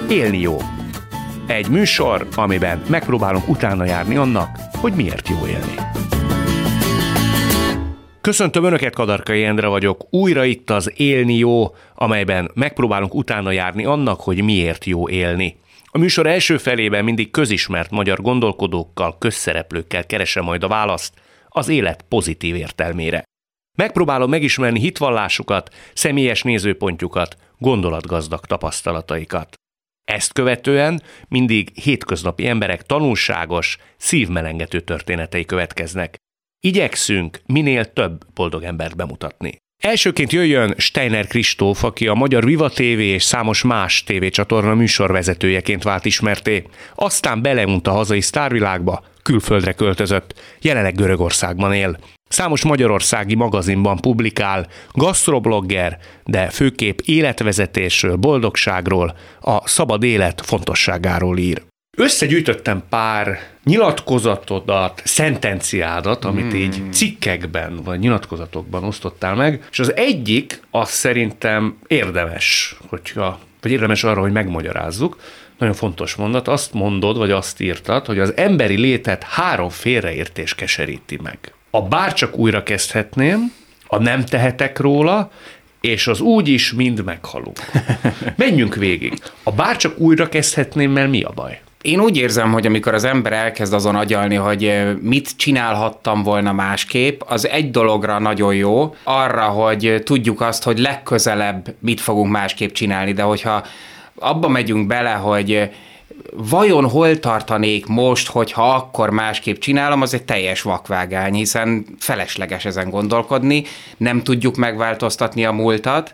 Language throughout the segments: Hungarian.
Élni jó. Egy műsor, amiben megpróbálunk utána járni annak, hogy miért jó élni. Köszöntöm Önöket, Kadarkai Endre vagyok. Újra itt az Élni jó, amelyben megpróbálunk utána járni annak, hogy miért jó élni. A műsor első felében mindig közismert magyar gondolkodókkal, közszereplőkkel keresem majd a választ az élet pozitív értelmére. Megpróbálom megismerni hitvallásukat, személyes nézőpontjukat, gondolatgazdag tapasztalataikat. Ezt követően mindig hétköznapi emberek tanulságos, szívmelengető történetei következnek. Igyekszünk minél több boldog embert bemutatni. Elsőként jöjjön Steiner Kristóf, aki a Magyar Viva TV és számos más tévécsatorna műsorvezetőjeként vált ismertté. Aztán beleunt a hazai sztárvilágba, külföldre költözött, jelenleg Görögországban él. Számos magyarországi magazinban publikál, gasztroblogger, de főképp életvezetésről, boldogságról, a szabad élet fontosságáról ír. Összegyűjtöttem pár nyilatkozatodat, szentenciádat, amit így cikkekben vagy nyilatkozatokban osztottál meg, és az egyik, az szerintem érdemes, vagy érdemes arra, hogy megmagyarázzuk. Nagyon fontos mondat, azt mondod, vagy azt írtad, hogy az emberi létet 3 félreértés keseríti meg. A bárcsak újra kezdhetném, a nem tehetek róla, és az úgyis mind meghalunk. Menjünk végig. A bárcsak újra kezdhetném, mert mi a baj? Én úgy érzem, hogy amikor az ember elkezd azon agyalni, hogy mit csinálhattam volna másképp, az egy dologra nagyon jó, arra, hogy tudjuk azt, hogy legközelebb mit fogunk másképp csinálni, de hogyha abba megyünk bele, hogy vajon hol tartanék most, hogyha akkor másképp csinálom, az egy teljes vakvágány, hiszen felesleges ezen gondolkodni, nem tudjuk megváltoztatni a múltat,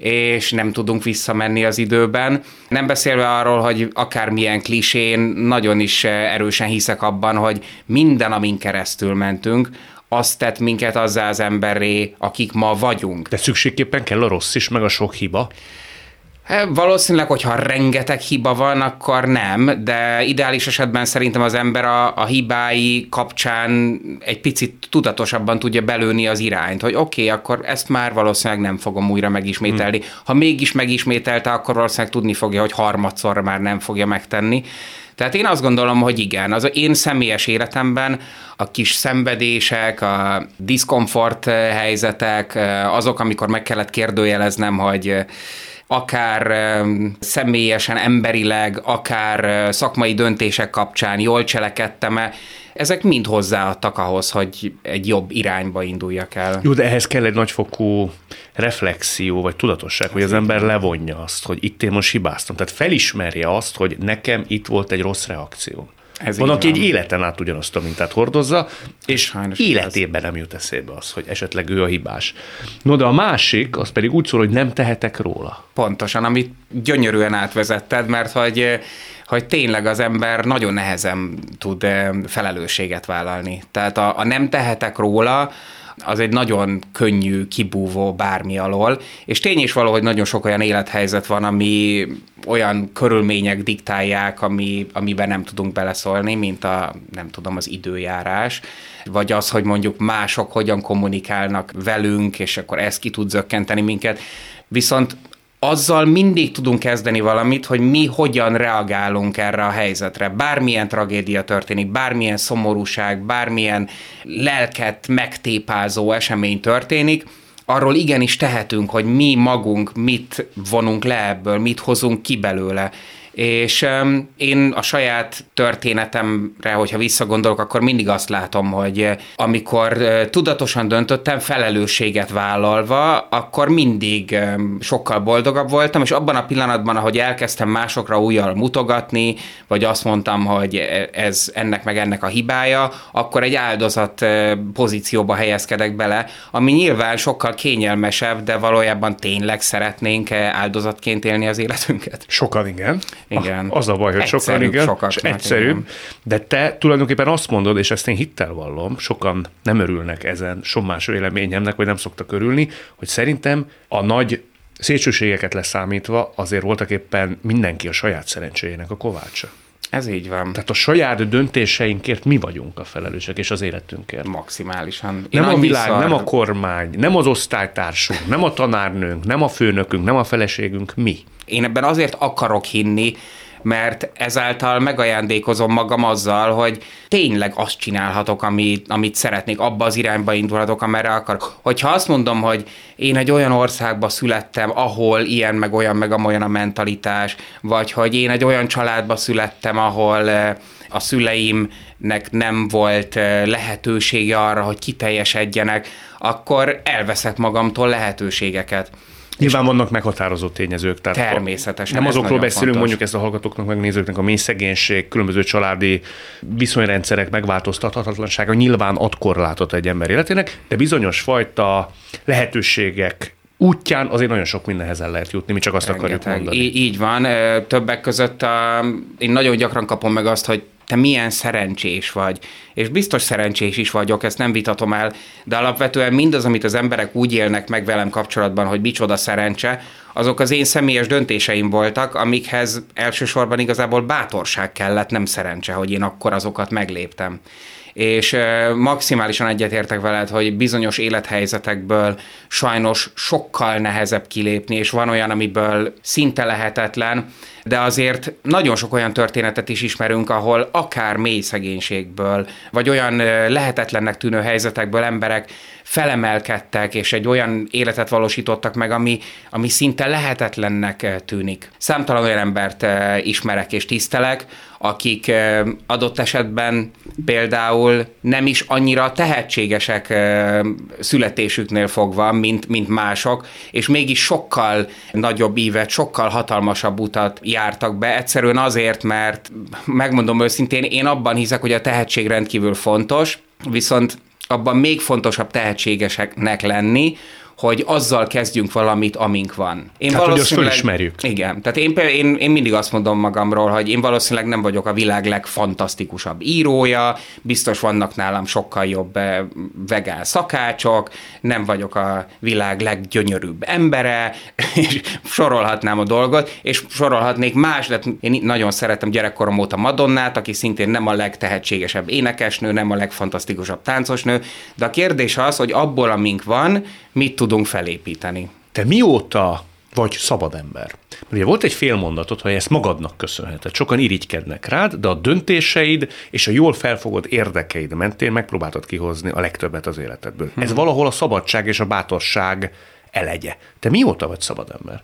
és nem tudunk visszamenni az időben. Nem beszélve arról, hogy akármilyen klisén, nagyon is erősen hiszek abban, hogy minden, amin keresztül mentünk, azt tett minket azzá az emberré, akik ma vagyunk. De szükségképpen kell a rossz is, meg a sok hiba? Valószínűleg, hogyha rengeteg hiba van, akkor nem, de ideális esetben szerintem az ember a hibái kapcsán egy picit tudatosabban tudja belőni az irányt, hogy oké, akkor ezt már valószínűleg nem fogom újra megismételni. Ha mégis megismételte, akkor valószínűleg tudni fogja, hogy harmadszorra már nem fogja megtenni. Tehát én azt gondolom, hogy igen, az én személyes életemben a kis szenvedések, a diszkomfort helyzetek, azok, amikor meg kellett kérdőjeleznem, hogy akár személyesen, emberileg, akár szakmai döntések kapcsán jól cselekedtem-e, ezek mind hozzáadtak ahhoz, hogy egy jobb irányba induljak el. Jó, de ehhez kell egy nagyfokú reflexió, vagy tudatosság, hogy az ember levonja azt, hogy itt én most hibáztam. Tehát felismerje azt, hogy nekem itt volt egy rossz reakció. Van, aki egy életen át ugyanazt a mintát hordozza, és sajnos életében nem jut eszébe az, hogy esetleg ő a hibás. No, de a másik, az pedig úgy szól, hogy nem tehetek róla. Pontosan, amit gyönyörűen átvezetted, mert hogy tényleg az ember nagyon nehezen tud felelősséget vállalni. Tehát a nem tehetek róla, az egy nagyon könnyű kibúvó bármi alól, és tény is való, hogy nagyon sok olyan élethelyzet van, ami olyan körülmények diktálják, amiben nem tudunk beleszólni, mint az időjárás, vagy az, hogy mondjuk mások hogyan kommunikálnak velünk, és akkor ez ki tud zökkenteni minket. Viszont azzal mindig tudunk kezdeni valamit, hogy mi hogyan reagálunk erre a helyzetre. Bármilyen tragédia történik, bármilyen szomorúság, bármilyen lelket megtépázó esemény történik, arról igenis tehetünk, hogy mi magunk mit vonunk le ebből, mit hozunk ki belőle. És én a saját történetemre, hogyha visszagondolok, akkor mindig azt látom, hogy amikor tudatosan döntöttem, felelősséget vállalva, akkor mindig sokkal boldogabb voltam, és abban a pillanatban, ahogy elkezdtem másokra újjal mutogatni, vagy azt mondtam, hogy ez ennek a hibája, akkor egy áldozat pozícióba helyezkedek bele, ami nyilván sokkal kényelmesebb, de valójában tényleg szeretnénk áldozatként élni az életünket. Sokan igen. Igen. Az a baj, hogy sokan igen, és egyszerűbb, igen. De te tulajdonképpen azt mondod, és ezt én hittel vallom, sokan nem örülnek ezen sommás véleményemnek, vagy nem szoktak örülni, hogy szerintem a nagy szélsőségeket leszámítva azért voltak éppen mindenki a saját szerencséjének a kovácsa. Ez így van. Tehát a saját döntéseinkért mi vagyunk a felelősek, és az életünkért. Maximálisan. Nem a világ, nem a kormány, nem az osztálytársunk, nem a tanárnőnk, nem a főnökünk, nem a feleségünk, mi. Én ebben azért akarok hinni, mert ezáltal megajándékozom magam azzal, hogy tényleg azt csinálhatok, amit szeretnék, abba az irányba indulhatok, amerre akarok. Hogyha azt mondom, hogy én egy olyan országba születtem, ahol ilyen, meg olyan, meg amolyan a mentalitás, vagy hogy én egy olyan családba születtem, ahol a szüleimnek nem volt lehetősége arra, hogy kiteljesedjenek, akkor elveszek magamtól lehetőségeket. Nyilván vannak meghatározó tényezők. Tehát természetesen. Nem azokról beszélünk, fontos. Mondjuk ezt a hallgatóknak, meg nézőknek, a mély szegénység, különböző családi viszonyrendszerek megváltoztathatatlansága nyilván ad korlátot egy ember életének, de bizonyos fajta lehetőségek útján azért nagyon sok mindenhez el lehet jutni, mi csak azt akarjuk mondani. Így van. Többek között én nagyon gyakran kapom meg azt, hogy te milyen szerencsés vagy. És biztos szerencsés is vagyok, ezt nem vitatom el, de alapvetően mindaz, amit az emberek úgy élnek meg velem kapcsolatban, hogy micsoda szerencse, azok az én személyes döntéseim voltak, amikhez elsősorban igazából bátorság kellett, nem szerencse, hogy én akkor azokat megléptem. És maximálisan egyetértek veled, hogy bizonyos élethelyzetekből sajnos sokkal nehezebb kilépni, és van olyan, amiből szinte lehetetlen, de azért nagyon sok olyan történetet is ismerünk, ahol akár mély szegénységből, vagy olyan lehetetlennek tűnő helyzetekből emberek felemelkedtek, és egy olyan életet valósítottak meg, ami szinte lehetetlennek tűnik. Számtalan olyan embert ismerek és tisztelek, akik adott esetben például nem is annyira tehetségesek születésüknél fogva, mint mások, és mégis sokkal nagyobb ívet, sokkal hatalmasabb utat jártak be, egyszerűen azért, mert megmondom őszintén, én abban hiszek, hogy a tehetség rendkívül fontos, viszont abban még fontosabb tehetségeseknek lenni, hogy azzal kezdjünk valamit, amink van. Tehát, hogy azt fölismerjük. Igen. Tehát én mindig azt mondom magamról, hogy én valószínűleg nem vagyok a világ legfantasztikusabb írója, biztos vannak nálam sokkal jobb vegán szakácsok, nem vagyok a világ leggyönyörűbb embere, és sorolhatnám a dolgot, és sorolhatnék más, de én nagyon szeretem gyerekkorom óta Madonnát, aki szintén nem a legtehetségesebb énekesnő, nem a legfantasztikusabb táncosnő, de a kérdés az, hogy abból, amink van, mit tudunk felépíteni. Te mióta vagy szabad ember? Ugye volt egy félmondatod, hogy ezt magadnak köszönheted. Sokan irigykednek rád, de a döntéseid és a jól felfogott érdekeid mentén megpróbáltad kihozni a legtöbbet az életedből. Ez valahol a szabadság és a bátorság elegye. Te mióta vagy szabad ember?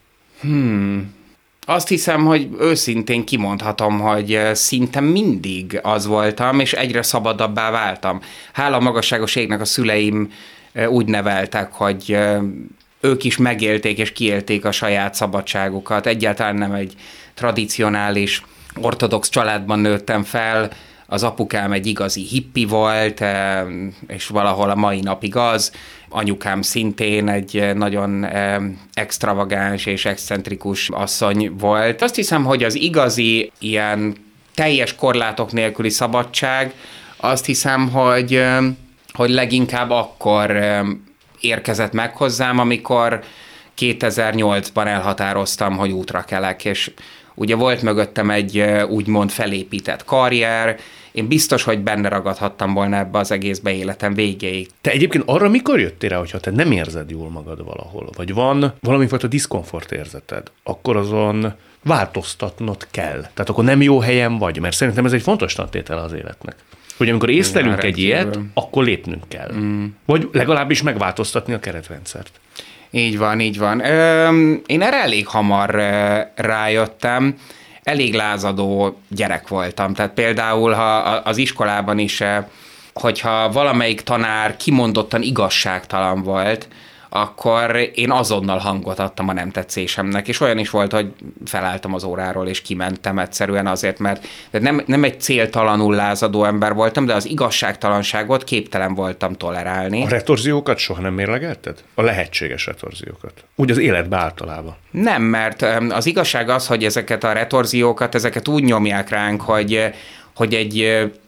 Azt hiszem, hogy őszintén kimondhatom, hogy szinte mindig az voltam, és egyre szabadabbá váltam. Hála a magasságos égnek a szüleim úgy neveltek, hogy ők is megélték és kiélték a saját szabadságukat. Egyáltalán nem egy tradicionális, ortodox családban nőttem fel. Az apukám egy igazi hippi volt, és valahol a mai napig az. Anyukám szintén egy nagyon extravagáns és excentrikus asszony volt. Azt hiszem, hogy az igazi ilyen teljes korlátok nélküli szabadság, azt hiszem, hogy leginkább akkor érkezett meg hozzám, amikor 2008-ban elhatároztam, hogy útra kelek, és ugye volt mögöttem egy úgymond felépített karrier, én biztos, hogy benne ragadhattam volna ebbe az egészbe életem végéig. Te egyébként arra mikor jöttél rá, hogyha te nem érzed jól magad valahol, vagy van valamifajta diszkomfort érzeted, akkor azon változtatnod kell. Tehát akkor nem jó helyen vagy, mert szerintem ez egy fontos tantétele az életnek. Hogy amikor észlelünk egy ilyet, akkor lépnünk kell. Vagy legalábbis megváltoztatni a keretrendszert. Így van, így van. Én erre elég hamar rájöttem. Elég lázadó gyerek voltam. Tehát például, ha az iskolában is, hogyha valamelyik tanár kimondottan igazságtalan volt, akkor én azonnal hangot adtam a nem tetszésemnek, és olyan is volt, hogy felálltam az óráról, és kimentem egyszerűen azért, mert nem egy céltalanul lázadó ember voltam, de az igazságtalanságot képtelen voltam tolerálni. A retorziókat soha nem mérlegelted? A lehetséges retorziókat. Úgy az életbe általában. Nem, mert az igazság az, hogy ezeket a retorziókat, ezeket úgy nyomják ránk, hogy egy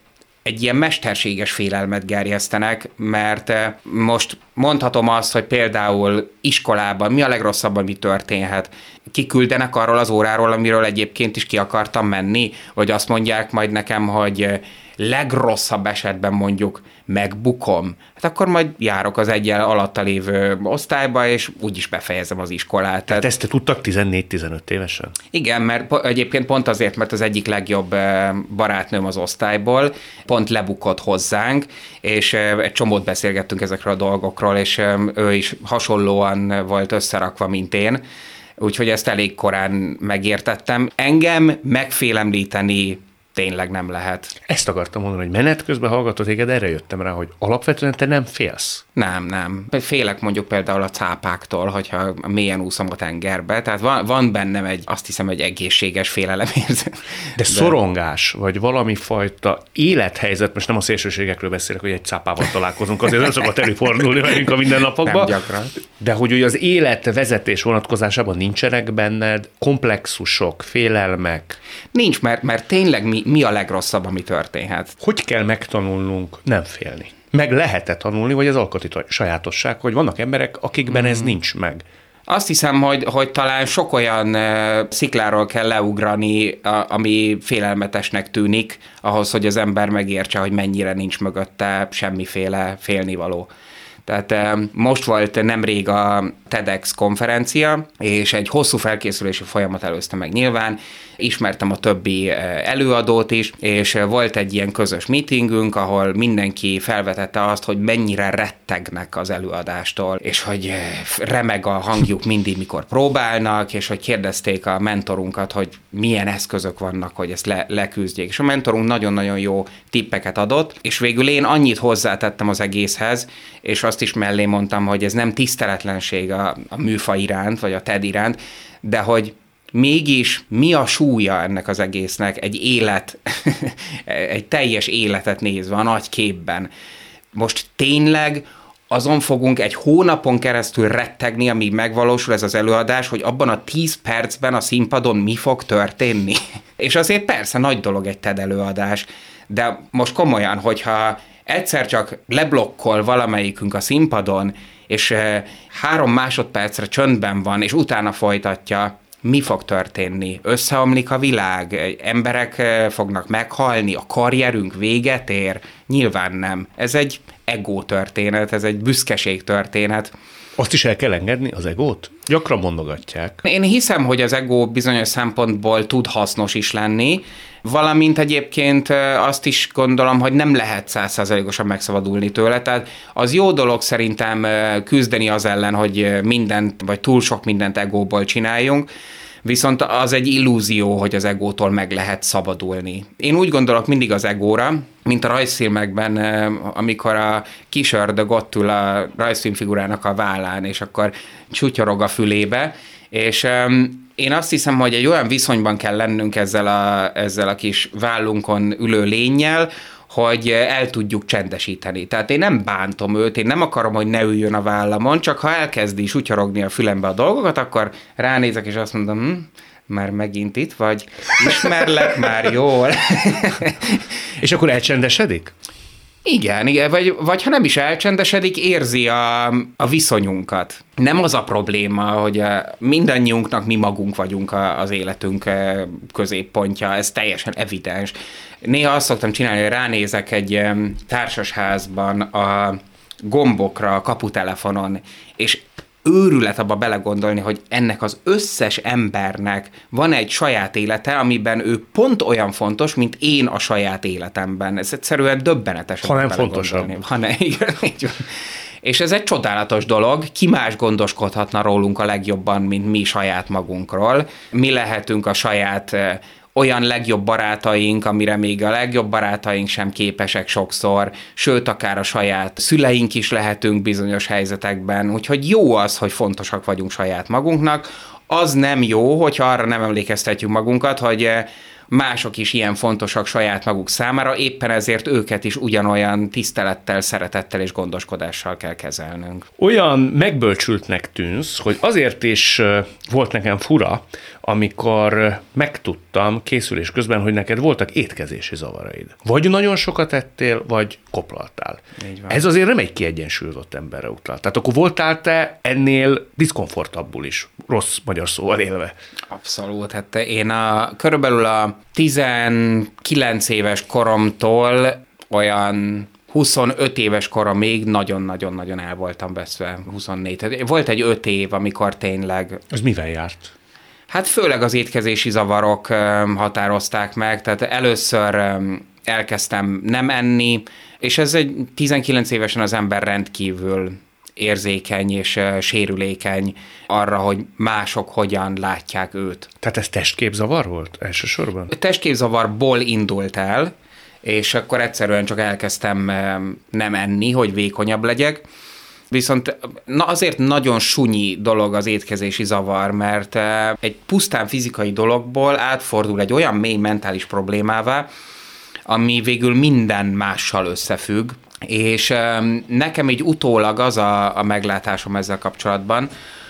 egy ilyen mesterséges félelmet gerjesztenek, mert most mondhatom azt, hogy például iskolában mi a legrosszabb, ami történhet. Kiküldenek arról az óráról, amiről egyébként is ki akartam menni, vagy azt mondják majd nekem, hogy legrosszabb esetben mondjuk megbukom, hát akkor majd járok az egyen alatta lévő osztályba, és úgyis befejezem az iskolát. Tehát ezt te tudtak 14-15 évesen? Igen, mert egyébként pont azért, mert az egyik legjobb barátnőm az osztályból pont lebukott hozzánk, és egy csomót beszélgettünk ezekről a dolgokról, és ő is hasonlóan volt összerakva, mint én, úgyhogy ezt elég korán megértettem. Engem megfélemlíteni tényleg nem lehet. Ezt akartam mondani, hogy menet közben hallgatod téged, erre jöttem rá, hogy alapvetően te nem félsz. Nem. Félek mondjuk például a cápáktól, hogyha mélyen úszom a tengerbe, tehát van bennem azt hiszem, egy egészséges félelemérzet. De szorongás, vagy valami fajta élethelyzet, most nem a szélsőségekről beszélek, hogy egy cápával találkozunk, azért nem szokott előfordulni velünk a mindennapokban. Nem gyakran. De hogy az életvezetés vonatkozásában nincsenek benned komplexusok, félelmek? Nincs, mert tényleg mi a legrosszabb, ami történhet. Hogy kell megtanulnunk nem félni? Meg lehet-e tanulni, vagy az alkati sajátosság, hogy vannak emberek, akikben ez nincs meg? Azt hiszem, hogy talán sok olyan szikláról kell leugrani, ami félelmetesnek tűnik, ahhoz, hogy az ember megértse, hogy mennyire nincs mögötte semmiféle félnivaló. Tehát most volt nemrég a TEDx konferencia, és egy hosszú felkészülési folyamat előzte meg nyilván, ismertem a többi előadót is, és volt egy ilyen közös meetingünk, ahol mindenki felvetette azt, hogy mennyire rettegnek az előadástól, és hogy remeg a hangjuk mindig, mikor próbálnak, és hogy kérdezték a mentorunkat, hogy milyen eszközök vannak, hogy ezt leküzdjék. És a mentorunk nagyon-nagyon jó tippeket adott, és végül én annyit hozzátettem az egészhez, és azt is mellé mondtam, hogy ez nem tiszteletlenség a műfaj iránt, vagy a TED iránt, de hogy mégis mi a súlya ennek az egésznek egy élet, egy teljes életet nézve a nagy képben. Most tényleg azon fogunk egy hónapon keresztül rettegni, amíg megvalósul ez az előadás, hogy abban a 10 percben a színpadon mi fog történni. És azért persze nagy dolog egy TED előadás, de most komolyan, hogyha egyszer csak leblokkol valamelyikünk a színpadon, és 3 másodpercre csöndben van, és utána folytatja, mi fog történni? Összeomlik a világ? Emberek fognak meghalni? A karrierünk véget ér? Nyilván nem. Ez egy ego történet, ez egy büszkeség történet. Azt is el kell engedni, az egót? Gyakran mondogatják. Én hiszem, hogy az ego bizonyos szempontból tud hasznos is lenni, valamint egyébként azt is gondolom, hogy nem lehet 100%-osan megszabadulni tőle, tehát az jó dolog szerintem küzdeni az ellen, hogy mindent, vagy túl sok mindent egóból csináljunk, viszont az egy illúzió, hogy az egótól meg lehet szabadulni. Én úgy gondolok mindig az egóra, mint a rajzfilmekben, amikor a kis ördög ott ül a rajzfilmfigurának a vállán, és akkor csutyorog a fülébe, és én azt hiszem, hogy egy olyan viszonyban kell lennünk ezzel a kis vállunkon ülő lénnyel, hogy el tudjuk csendesíteni. Tehát én nem bántom őt, én nem akarom, hogy ne üljön a vállamon, csak ha elkezdi sutyorogni a fülembe a dolgokat, akkor ránézek, és azt mondom, már megint itt vagy, ismerlek már jól. És akkor elcsendesedik? Igen, vagy ha nem is elcsendesedik, érzi a viszonyunkat. Nem az a probléma, hogy mindannyiunknak mi magunk vagyunk az életünk középpontja, ez teljesen evidens. Néha azt szoktam csinálni, hogy ránézek egy társasházban a gombokra, a kaputelefonon, és őrület abba belegondolni, hogy ennek az összes embernek van egy saját élete, amiben ő pont olyan fontos, mint én a saját életemben. Ez egyszerűen döbbenetes. Ha nem fontosabb. Igen, így van. És ez egy csodálatos dolog, ki más gondoskodhatna rólunk a legjobban, mint mi saját magunkról. Mi lehetünk a saját olyan legjobb barátaink, amire még a legjobb barátaink sem képesek sokszor, sőt, akár a saját szüleink is lehetünk bizonyos helyzetekben, úgyhogy jó az, hogy fontosak vagyunk saját magunknak. Az nem jó, hogyha arra nem emlékeztetjük magunkat, mások is ilyen fontosak saját maguk számára, éppen ezért őket is ugyanolyan tisztelettel, szeretettel és gondoskodással kell kezelnünk. Olyan megbölcsültnek tűnsz, hogy azért is volt nekem fura, amikor megtudtam készülés közben, hogy neked voltak étkezési zavaraid. Vagy nagyon sokat ettél, vagy koplaltál. Ez azért nem egy kiegyensúlyozott emberre utal. Tehát akkor voltál te ennél diszkomfortabbul is, rossz magyar szóval élve. Abszolút. Hát én körülbelül a 19 éves koromtól olyan 25 éves koromig nagyon-nagyon-nagyon el voltam veszve, 24. Volt egy 5 év, amikor tényleg... Ez mivel járt? Hát főleg az étkezési zavarok határozták meg, tehát először elkezdtem nem enni, és ez egy 19 évesen az ember rendkívül érzékeny és sérülékeny arra, hogy mások hogyan látják őt. Tehát ez testképzavar volt elsősorban? Testképzavarból indult el, és akkor egyszerűen csak elkezdtem nem enni, hogy vékonyabb legyek. Viszont azért nagyon sunyi dolog az étkezési zavar, mert egy pusztán fizikai dologból átfordul egy olyan mély mentális problémává, ami végül minden mással összefügg, és nekem így utólag az a meglátásom ezzel kapcsolatban,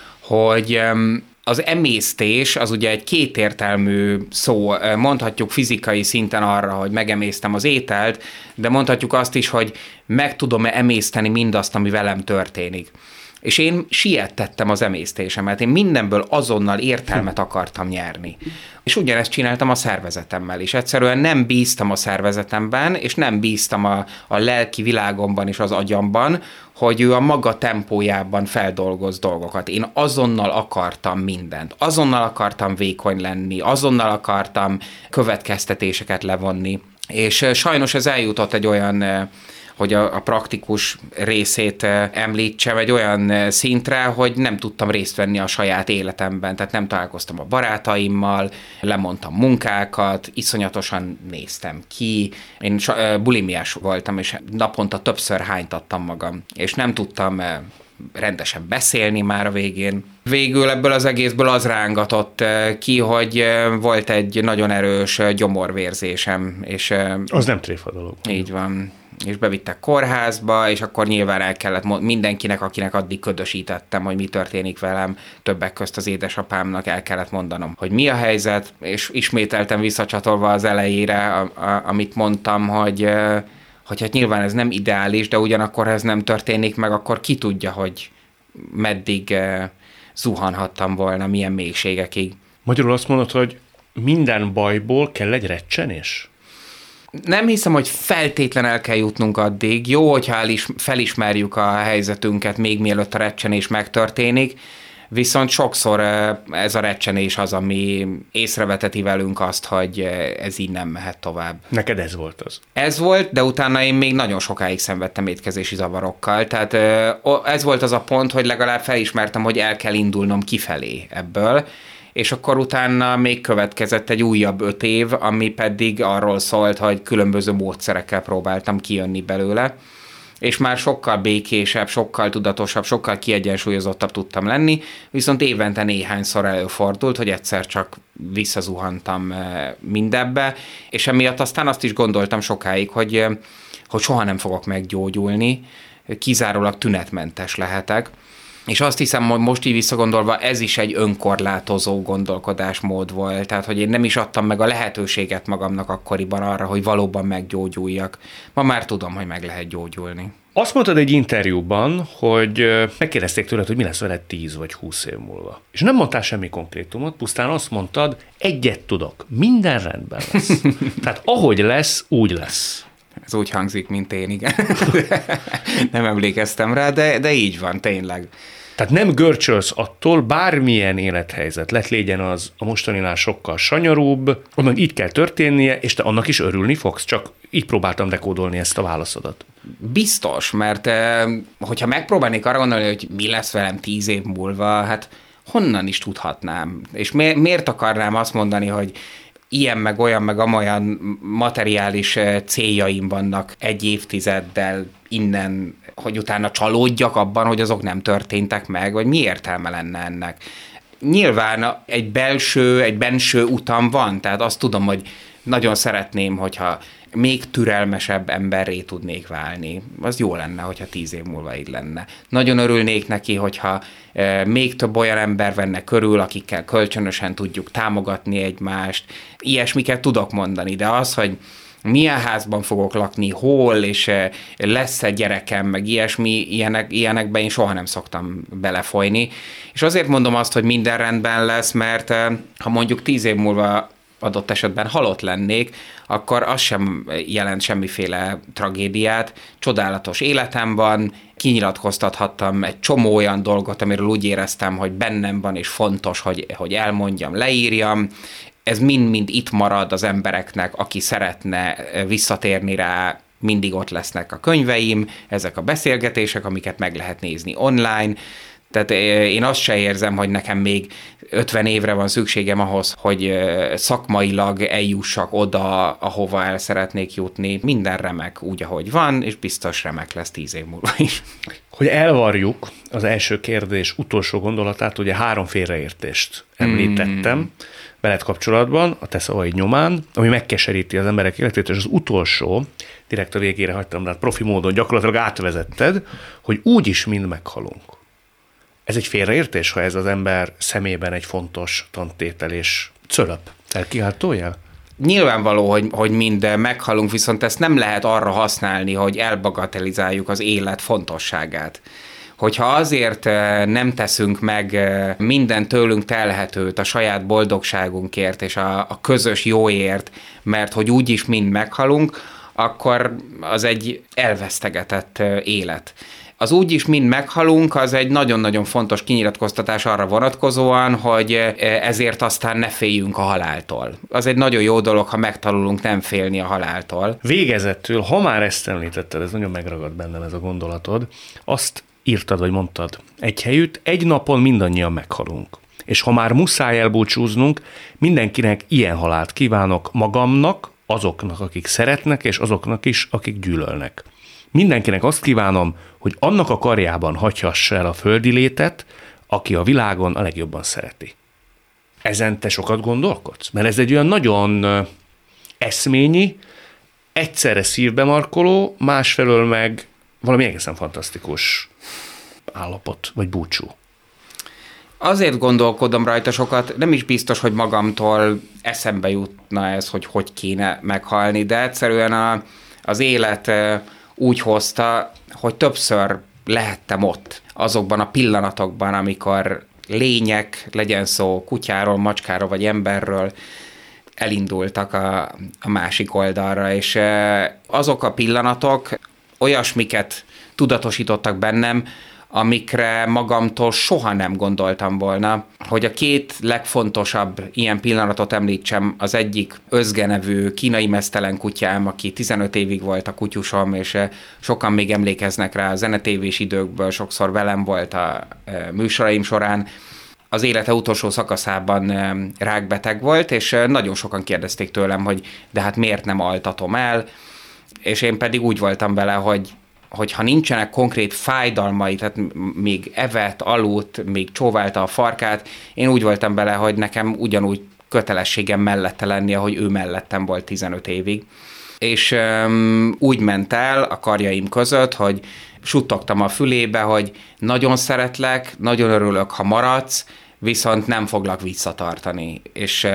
hogy az emésztés az ugye egy kétértelmű szó, mondhatjuk fizikai szinten arra, hogy megemésztem az ételt, de mondhatjuk azt is, hogy meg tudom-e emészteni mindazt, ami velem történik. És én siettettem az emésztésemet, én mindenből azonnal értelmet akartam nyerni. És ugyanezt csináltam a szervezetemmel is. Egyszerűen nem bíztam a szervezetemben, és nem bíztam a lelki világomban és az agyamban, hogy ő a maga tempójában feldolgoz dolgokat. Én azonnal akartam mindent. Azonnal akartam vékony lenni, azonnal akartam következtetéseket levonni. És sajnos ez eljutott egy olyan... hogy a praktikus részét említsem, egy olyan szintre, hogy nem tudtam részt venni a saját életemben, tehát nem találkoztam a barátaimmal, lemondtam munkákat, iszonyatosan néztem ki, én bulimiás voltam, és naponta többször hánytattam magam, és nem tudtam rendesen beszélni már a végén. Végül ebből az egészből az rángatott ki, hogy volt egy nagyon erős gyomorvérzésem. És az nem tréfa dolog. Így van. És bevittek kórházba, és akkor nyilván el kellett mindenkinek, akinek addig ködösítettem, hogy mi történik velem, többek közt az édesapámnak el kellett mondanom, hogy mi a helyzet, és ismételtem visszacsatolva az elejére, amit mondtam, hogy hát nyilván ez nem ideális, de ugyanakkor, ha ez nem történik meg, akkor ki tudja, hogy meddig zuhanhattam volna, milyen mélységekig. Magyarul azt mondod, hogy minden bajból kell egy recsenés? Nem hiszem, hogy feltétlen el kell jutnunk addig. Jó, hogyha felismerjük a helyzetünket még mielőtt a recsenés megtörténik, viszont sokszor ez a recsenés az, ami észreveteti velünk azt, hogy ez így nem mehet tovább. Neked ez volt az? Ez volt, de utána én még nagyon sokáig szenvedtem étkezési zavarokkal, tehát ez volt az a pont, hogy legalább felismertem, hogy el kell indulnom kifelé ebből, és akkor utána még következett egy újabb 5 év, ami pedig arról szólt, hogy különböző módszerekkel próbáltam kijönni belőle, és már sokkal békésebb, sokkal tudatosabb, sokkal kiegyensúlyozottabb tudtam lenni, viszont évente néhányszor előfordult, hogy egyszer csak visszazuhantam mindebbe, és emiatt aztán azt is gondoltam sokáig, hogy soha nem fogok meggyógyulni, kizárólag tünetmentes lehetek. És azt hiszem, hogy most így visszagondolva ez is egy önkorlátozó gondolkodásmód volt, tehát hogy én nem is adtam meg a lehetőséget magamnak akkoriban arra, hogy valóban meggyógyuljak. Ma már tudom, hogy meg lehet gyógyulni. Azt mondtad egy interjúban, hogy megkérdezték tőled, hogy mi lesz veled 10 vagy 20 év múlva. És nem mondtál semmi konkrétumot, pusztán azt mondtad, egyet tudok, minden rendben lesz. Tehát ahogy lesz, úgy lesz. Ez úgy hangzik, mint én, igen. Nem emlékeztem rá, de így van, tényleg. Tehát nem görcsölsz attól, bármilyen élethelyzet lett, legyen az a mostaninál sokkal sanyarúbb, onnan így kell történnie, és te annak is örülni fogsz, csak így próbáltam dekódolni ezt a válaszodat. Biztos, mert hogyha megpróbálnék arra gondolni, hogy mi lesz velem 10 év múlva, hát honnan is tudhatnám? És miért akarnám azt mondani, hogy ilyen, meg olyan, meg amolyan materiális céljaim vannak egy évtizeddel innen, hogy utána csalódjak abban, hogy azok nem történtek meg, vagy mi értelme lenne ennek? Nyilván egy benső utam van, tehát azt tudom, hogy nagyon szeretném, hogyha még türelmesebb emberré tudnék válni. Az jó lenne, hogyha 10 év múlva így lenne. Nagyon örülnék neki, hogyha még több olyan ember venne körül, akikkel kölcsönösen tudjuk támogatni egymást. Ilyesmiket tudok mondani, de az, hogy milyen házban fogok lakni, hol, és lesz-e gyerekem, meg ilyenekben én soha nem szoktam belefolyni. És azért mondom azt, hogy minden rendben lesz, mert ha mondjuk 10 év múlva adott esetben halott lennék, akkor az sem jelent semmiféle tragédiát. Csodálatos életem van, kinyilatkoztathattam egy csomó olyan dolgot, amiről úgy éreztem, hogy bennem van, és fontos, hogy elmondjam, leírjam. Ez mind-mind itt marad az embereknek, aki szeretne visszatérni rá, mindig ott lesznek a könyveim, ezek a beszélgetések, amiket meg lehet nézni online. Tehát én azt se érzem, hogy nekem még 50 évre van szükségem ahhoz, hogy szakmailag eljussak oda, ahova el szeretnék jutni. Minden remek úgy, ahogy van, és biztos remek lesz 10 év múlva is. Hogy elvarjuk az első kérdés utolsó gondolatát, ugye 3 félreértést említettem veled kapcsolatban, a te szavaid nyomán, ami megkeseríti az emberek életét, és az utolsó, direkt a végére hagytam, de profi módon gyakorlatilag átvezetted, hogy úgyis mind meghalunk. Ez egy félreértés, ha ez az ember szemében egy fontos tantétel és cölöp, elkiáltójel? Nyilvánvaló, hogy mind meghalunk, viszont ezt nem lehet arra használni, hogy elbagatelizáljuk az élet fontosságát. Hogyha azért nem teszünk meg minden tőlünk telhetőt a saját boldogságunkért és a közös jóért, mert hogy úgyis mind meghalunk, akkor az egy elvesztegetett élet. Az úgyis mind meghalunk, az egy nagyon-nagyon fontos kinyilatkoztatás arra vonatkozóan, hogy ezért aztán ne féljünk a haláltól. Az egy nagyon jó dolog, ha megtanulunk nem félni a haláltól. Végezetül, ha már ezt említetted, ez nagyon megragad bennem ez a gondolatod, azt írtad, vagy mondtad, egy helyütt, egy napon mindannyian meghalunk. És ha már muszáj elbúcsúznunk, mindenkinek ilyen halált kívánok magamnak, azoknak, akik szeretnek, és azoknak is, akik gyűlölnek. Mindenkinek azt kívánom, hogy annak a karjában hagyhassa el a földi létet, aki a világon a legjobban szereti. Ezen te sokat gondolkodsz? Mert ez egy olyan nagyon eszményi, egyszerre szívbe markoló, másfelől meg valami egészen fantasztikus állapot, vagy búcsú. Azért gondolkodom rajta sokat, nem is biztos, hogy magamtól eszembe jutna ez, hogy kéne meghalni, de egyszerűen az élet úgy hozta, hogy többször lehettem ott, azokban a pillanatokban, amikor lények, legyen szó kutyáról, macskáról vagy emberről, elindultak a másik oldalra, és azok a pillanatok olyasmiket tudatosítottak bennem, amikre magamtól soha nem gondoltam volna. Hogy a 2 legfontosabb ilyen pillanatot említsem, az egyik Özge nevű kínai meztelen kutyám, aki 15 évig volt a kutyusom, és sokan még emlékeznek rá a zenetévés időkből, sokszor velem volt a műsoraim során. Az élete utolsó szakaszában rákbeteg volt, és nagyon sokan kérdezték tőlem, hogy de hát miért nem altatom el, és én pedig úgy voltam vele, hogy ha nincsenek konkrét fájdalmai, tehát még evett, aludt, még csóválta a farkát, én úgy voltam bele, hogy nekem ugyanúgy kötelességem mellette lenni, ahogy ő mellettem volt 15 évig. És úgy ment el a karjaim között, hogy suttogtam a fülébe, hogy nagyon szeretlek, nagyon örülök, ha maradsz, viszont nem foglak visszatartani. És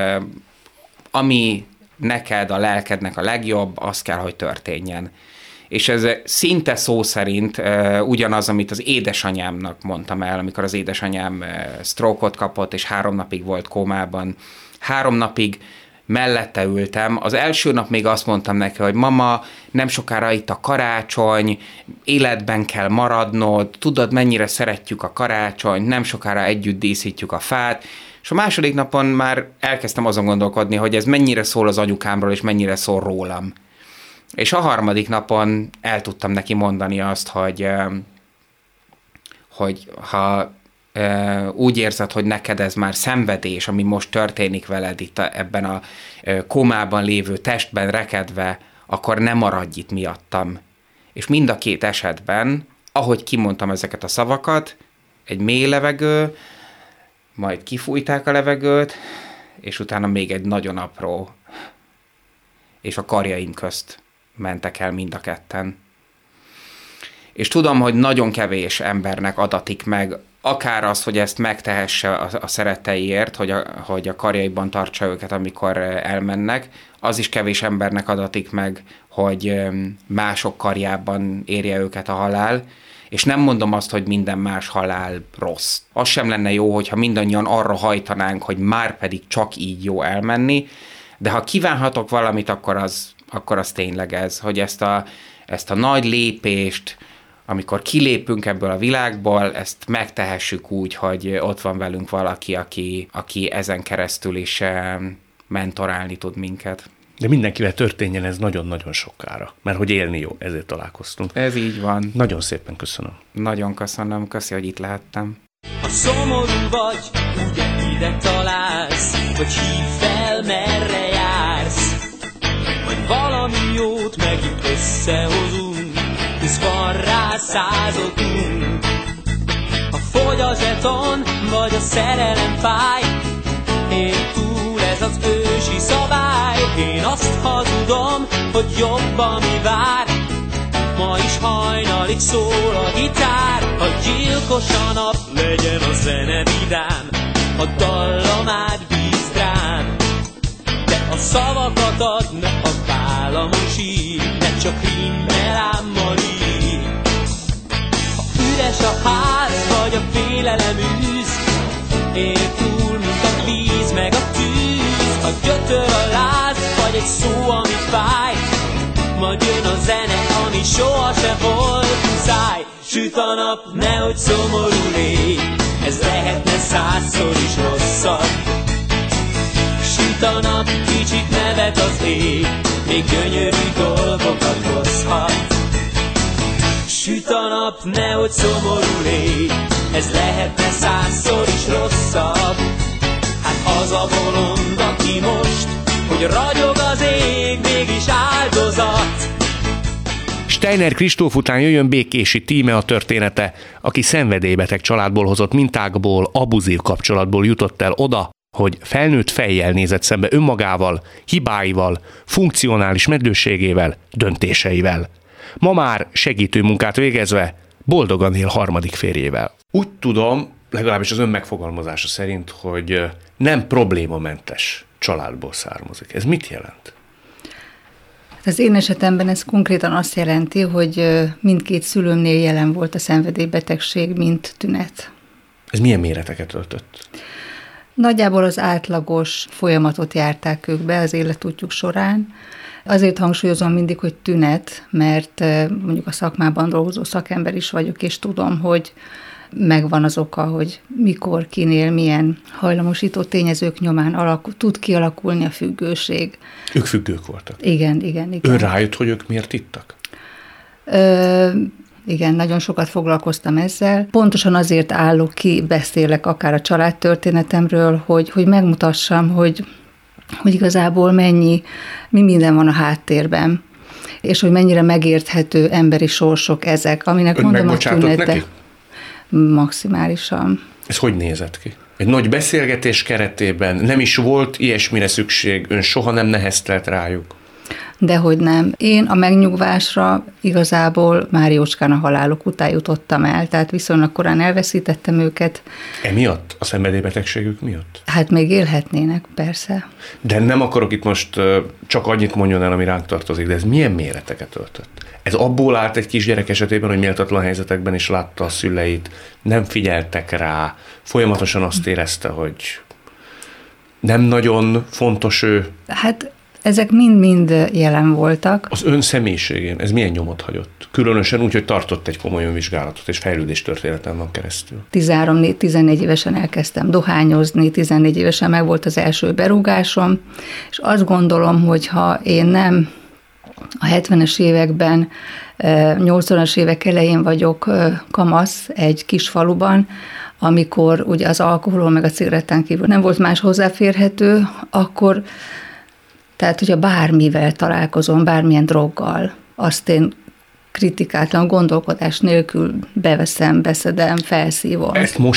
ami neked, a lelkednek a legjobb, az kell, hogy történjen. És ez szinte szó szerint ugyanaz, amit az édesanyámnak mondtam el, amikor az édesanyám stroke-ot kapott, és 3 napig volt kómában. 3 napig mellette ültem. Az első nap még azt mondtam neki, hogy mama, nem sokára itt a karácsony, életben kell maradnod, tudod, mennyire szeretjük a karácsonyt, nem sokára együtt díszítjük a fát, és a második napon már elkezdtem azon gondolkodni, hogy ez mennyire szól az anyukámról, és mennyire szól rólam. És a 3. napon el tudtam neki mondani azt, hogy ha úgy érzed, hogy neked ez már szenvedés, ami most történik veled itt ebben a kómában lévő testben rekedve, akkor ne maradj itt miattam. És mind a 2 esetben, ahogy kimondtam ezeket a szavakat, egy mély levegő, majd kifújták a levegőt, és utána még egy nagyon apró, és a karjaim közt mentek el mind a ketten. És tudom, hogy nagyon kevés embernek adatik meg, akár az, hogy ezt megtehesse a szeretteiért, hogy a karjaiban tartsa őket, amikor elmennek, az is kevés embernek adatik meg, hogy mások karjában érje őket a halál, és nem mondom azt, hogy minden más halál rossz. Az sem lenne jó, hogyha mindannyian arra hajtanánk, hogy már pedig csak így jó elmenni, de ha kívánhatok valamit, akkor az tényleg ez, hogy ezt a nagy lépést, amikor kilépünk ebből a világból, ezt megtehessük úgy, hogy ott van velünk valaki, aki ezen keresztül is mentorálni tud minket. De mindenkivel történjen ez nagyon-nagyon sokára, mert hogy élni jó, ezért találkoztunk. Ez így van. Nagyon szépen köszönöm. Nagyon köszönöm, köszi, hogy itt lehettem. Ha szomorú vagy, ugye ide találsz, vagy hívd fel, merre jársz, vagy valami jót megint összehozunk, hisz van rá századunk. Ha fogy a zseton, vagy a szerelem fáj, én túl ez az ősi szabály. Én azt hazudom, hogy jobb, ami vár, ma is hajnalig szól a gitár. Ha gyilkos a nap, legyen a zene vidám, a dallamát bízd rám, de a szavakat add, ne a válamos ír, ne csak rimmel ám marír. Ha üres a ház, vagy a félelem űz, él túl, mint a víz meg a tűz. Ha gyötör a láz, vagy egy szó, ami fáj, majd jön a zene, ami soha se volt muszáj. Süt a nap, nehogy szomorú légy, ez lehetne 100-szor is rosszabb. Süt a nap, kicsit nevet az ég, még gyönyörű dolgokat hozhat. Süt a nap, nehogy szomorú légy, ez lehetne 100-szor is rosszabb. Hát az a bolond, aki most, hogy ragyog az ég, mégis áldozat. Steiner Kristóf után jöjjön Békési Tíme a története, aki szenvedélybeteg családból hozott mintákból, abuzív kapcsolatból jutott el oda, hogy felnőtt fejjel nézett szembe önmagával, hibáival, funkcionális medlőségével, döntéseivel. Ma már segítő munkát végezve boldogan él harmadik férjével. Úgy tudom, legalábbis az ön megfogalmazása szerint, hogy nem problémamentes családból származik. Ez mit jelent? Az én esetemben ez konkrétan azt jelenti, hogy mindkét szülőmnél jelen volt a szenvedélybetegség, mint tünet. Ez milyen méreteket öltött? Nagyjából az átlagos folyamatot járták ők be az életútjuk során. Azért hangsúlyozom mindig, hogy tünet, mert mondjuk a szakmában dolgozó szakember is vagyok, és tudom, hogy megvan az oka, hogy mikor, kinél, milyen hajlamosító tényezők nyomán tud kialakulni a függőség. Ők függők voltak? Igen. Ön rájött, hogy ők miért ittak? Igen, nagyon sokat foglalkoztam ezzel. Pontosan azért állok ki, beszélek akár a családtörténetemről, hogy megmutassam, hogy igazából mi minden van a háttérben, és hogy mennyire megérthető emberi sorsok ezek, aminek ön mondom, megbocsátott neki? Maximálisan. Ez hogy nézett ki? Egy nagy beszélgetés keretében nem is volt ilyesmire szükség, ön soha nem neheztelt rájuk? Dehogy nem. Én a megnyugvásra igazából már jócskán a haláluk után jutottam el, tehát viszonylag korán elveszítettem őket. Emiatt? A szenvedélybetegségük miatt? Hát még élhetnének, persze. De nem akarok itt most csak annyit mondjon el, ami ránk tartozik, de ez milyen méreteket öltött? Ez abból állt egy kisgyerek esetében, hogy méltatlan helyzetekben is látta a szüleit, nem figyeltek rá, folyamatosan azt érezte, hogy nem nagyon fontos ő. Hát ezek mind-mind jelen voltak. Az ön személyiségén ez milyen nyomot hagyott? Különösen úgy, hogy tartott egy komoly önvizsgálatot és fejlődéstörténeten van keresztül. 13-14 évesen elkezdtem dohányozni, 14 évesen meg volt az első berúgásom, és azt gondolom, hogy ha én nem a 70-es években, 80-as évek elején vagyok kamasz egy kis faluban, amikor ugye az alkoholon meg a cigarettán kívül nem volt más hozzáférhető, akkor, tehát hogyha bármivel találkozom, bármilyen droggal, azt én kritikátlan gondolkodás nélkül beveszem, beszedem, felszívom. Ezt most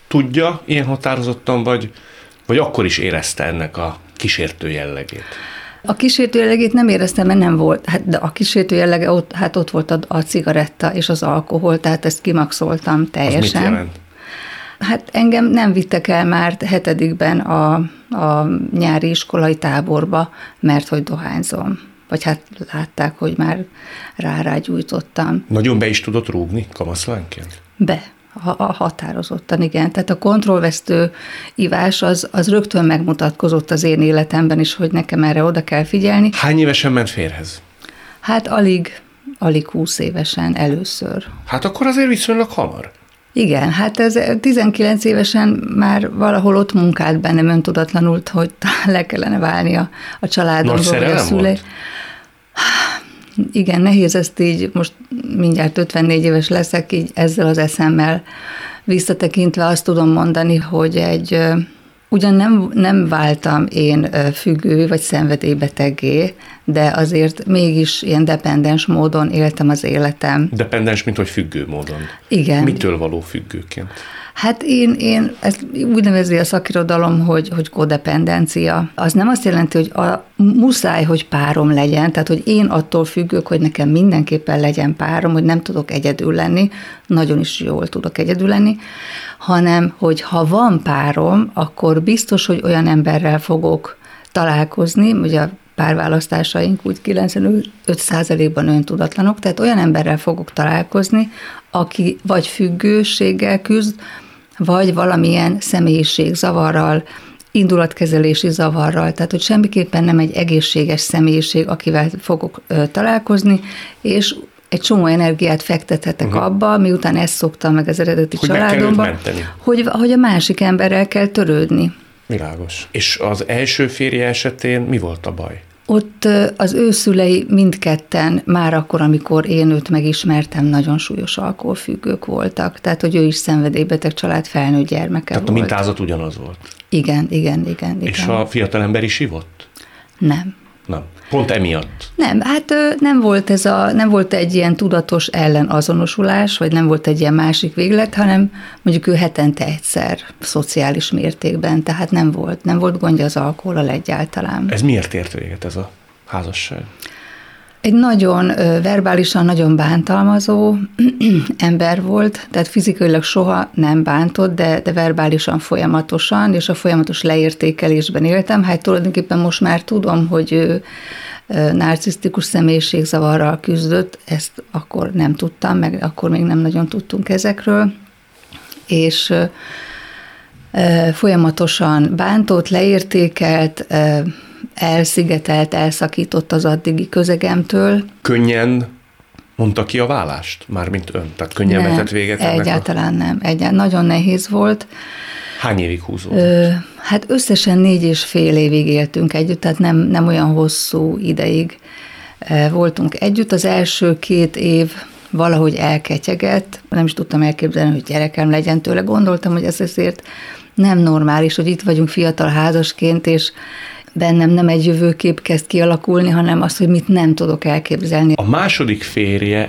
tudja ilyen határozottan, vagy akkor is érezte ennek a kísértő jellegét? A kísértő jellegét nem éreztem, mert nem volt, de a kísértő jellege ott volt a cigaretta és az alkohol, tehát ezt kimaxoltam teljesen. Az mit jelent? Hát engem nem vittek el már 7-ben a nyári iskolai táborba, mert hogy dohányzom. Vagy hát látták, hogy már rágyújtottam. Nagyon be is tudott rúgni kamaszlánként? Határozottan, igen. Tehát a kontrollvesztő ivás az rögtön megmutatkozott az én életemben is, hogy nekem erre oda kell figyelni. Hány évesen ment férjhez? Hát alig 20 évesen először. Hát akkor azért viszonylag hamar. Igen, hát ez 19 évesen már valahol ott munkált bennem öntudatlanul, hogy le kellene válni a családomról, vagy a szülei. Igen, nehéz ezt így, most mindjárt 54 éves leszek, így ezzel az eszemmel visszatekintve azt tudom mondani, hogy ugyan nem váltam én függő vagy szenvedélybeteggé, de azért mégis ilyen dependens módon éltem az életem. Dependens, mint hogy függő módon? Igen. Mitől való függőként? Hát én ezt úgy nevezi a szakirodalom, hogy kodependencia. Az nem azt jelenti, hogy muszáj, hogy párom legyen, tehát hogy én attól függök, hogy nekem mindenképpen legyen párom, hogy nem tudok egyedül lenni, nagyon is jól tudok egyedül lenni, hanem hogy ha van párom, akkor biztos, hogy olyan emberrel fogok találkozni, ugye a párválasztásaink úgy 95%-ban öntudatlanok, tehát olyan emberrel fogok találkozni, aki vagy függőséggel küzd, vagy valamilyen személyiségzavarral, indulatkezelési zavarral, tehát hogy semmiképpen nem egy egészséges személyiség, akivel fogok találkozni, és egy csomó energiát fektethetek abba, miután ezt szoktam meg az eredeti családomban, hogy a másik emberrel kell törődni. Világos. És az első férje esetén mi volt a baj? Ott az ő szülei mindketten már akkor, amikor én őt megismertem, nagyon súlyos alkoholfüggők voltak. Tehát, hogy ő is szenvedélybeteg család felnőtt gyermeke Tehát volt. a mintázat ugyanaz volt? Igen. És a fiatalember is ivott? Nem. Pont emiatt? Nem, hát nem volt egy ilyen tudatos ellenazonosulás, vagy nem volt egy ilyen másik véglet, hanem mondjuk ő hetente egyszer szociális mértékben, tehát nem volt gondja az alkohollal egyáltalán. Ez miért ért véget ez a házasság? Egy nagyon verbálisan, nagyon bántalmazó ember volt, tehát fizikailag soha nem bántott, de verbálisan folyamatosan, és a folyamatos leértékelésben éltem. Hát tulajdonképpen most már tudom, hogy ő narcisztikus személyiségzavarral küzdött, ezt akkor nem tudtam, meg akkor még nem nagyon tudtunk ezekről, és folyamatosan bántott, leértékelt, elszigetelt, elszakított az addigi közegemtől. Könnyen mondta ki a vállást? Mármint ön? Tehát könnyen vetett véget ennek? Egyáltalán nem. Nagyon nehéz volt. Hány évig húzódott? Hát összesen 4,5 évig éltünk együtt, tehát nem olyan hosszú ideig voltunk együtt. Az első 2 év valahogy elketyegett, nem is tudtam elképzelni, hogy gyerekem legyen tőle. Gondoltam, hogy ez azért nem normális, hogy itt vagyunk fiatal házasként, és bennem nem egy jövőkép kezd kialakulni, hanem az, hogy mit nem tudok elképzelni. A második férjével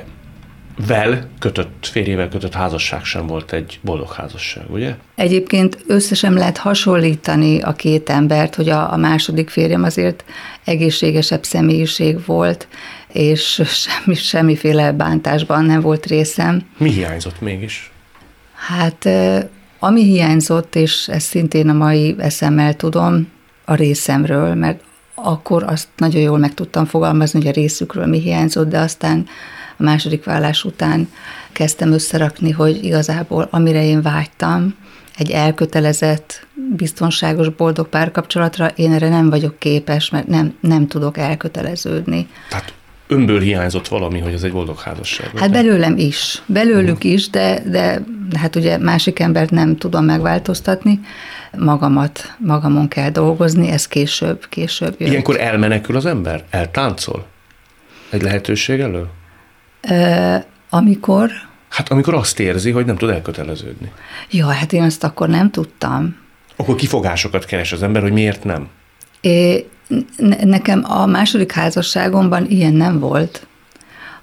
kötött házasság sem volt egy boldog házasság, ugye? Egyébként össze sem lehet hasonlítani a két embert, hogy a második férjem azért egészségesebb személyiség volt, és semmiféle bántásban nem volt részem. Mi hiányzott mégis? Hát ami hiányzott, és ezt szintén a mai eszemmel tudom, a részemről, mert akkor azt nagyon jól meg tudtam fogalmazni, hogy a részükről mi hiányzott, de aztán a második vállás után kezdtem összerakni, hogy igazából amire én vágytam, egy elkötelezett, biztonságos, boldog párkapcsolatra, én erre nem vagyok képes, mert nem tudok elköteleződni. Tehát önből hiányzott valami, hogy ez egy boldog házasság. Hát belőlem is, belőlük is, de hát ugye másik embert nem tudom megváltoztatni, magamon kell dolgozni, ez később jött. Ilyenkor elmenekül az ember? Eltáncol? Egy lehetőség elől? Amikor? Hát amikor azt érzi, hogy nem tud elköteleződni. Ja, hát én azt akkor nem tudtam. Akkor kifogásokat keres az ember, hogy miért nem? Nekem a második házasságomban ilyen nem volt,